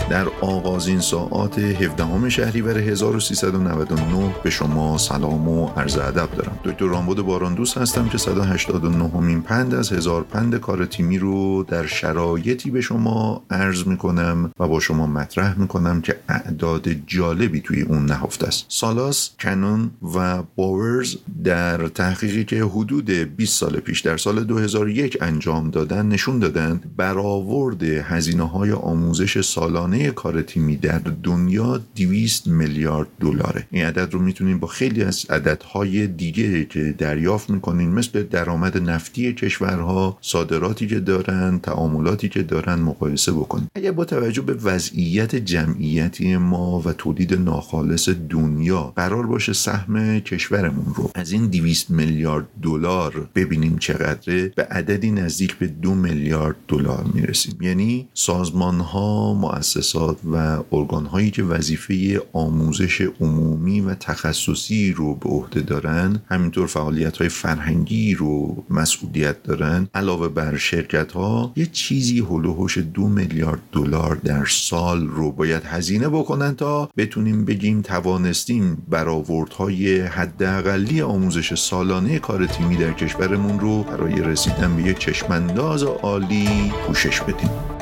در آغازین ساعات 17 شهریور 1399 به شما سلام و عرض ادب دارم. دکتر رامبد باراندوست هستم که 189مین پند از 1000 پند کار تیمی رو در شرایطی به شما عرض میکنم و با شما مطرح میکنم که اعداد جالبی توی اون نهفته است. سالاس، کنون و باورز در تحقیقی که حدود 20 سال پیش در سال 2001 انجام دادن نشون دادن برآورد هزینه‌های آموزش سالانه کار تیمی در دنیا 200 میلیارد دلاره. این عدد رو میتونین با خیلی از عددهای دیگه که دریافت میکنین مثل درآمد نفتی کشورها، صادراتی که دارن، تعاملاتی که دارن مقایسه بکنین. اگر با توجه به وضعیت جمعیتی ما و تولید ناخالص دنیا قرار باشه سهم کشورمون رو از این 200 میلیارد دلار ببینیم چقدره، به عددی نزدیک به 2 میلیارد دلار میرسیم. یعنی سازمان‌ها، مؤسسات و ارگان‌هایی که وظیفه آموزش عمومی و تخصصی رو به عهده دارن، همینطور فعالیت‌های فرهنگی رو مسئولیت دارن، علاوه بر شرکت‌ها یه چیزی هولوحش 2 میلیارد دلار در سال رو باید هزینه بکنن تا بتونیم بگیم توانستیم برآوردهای حداقلی آموزش سالانه کار تیمی در کشورمون رو برای رسیدن به یک چشم‌انداز عالی پوشش بدیم.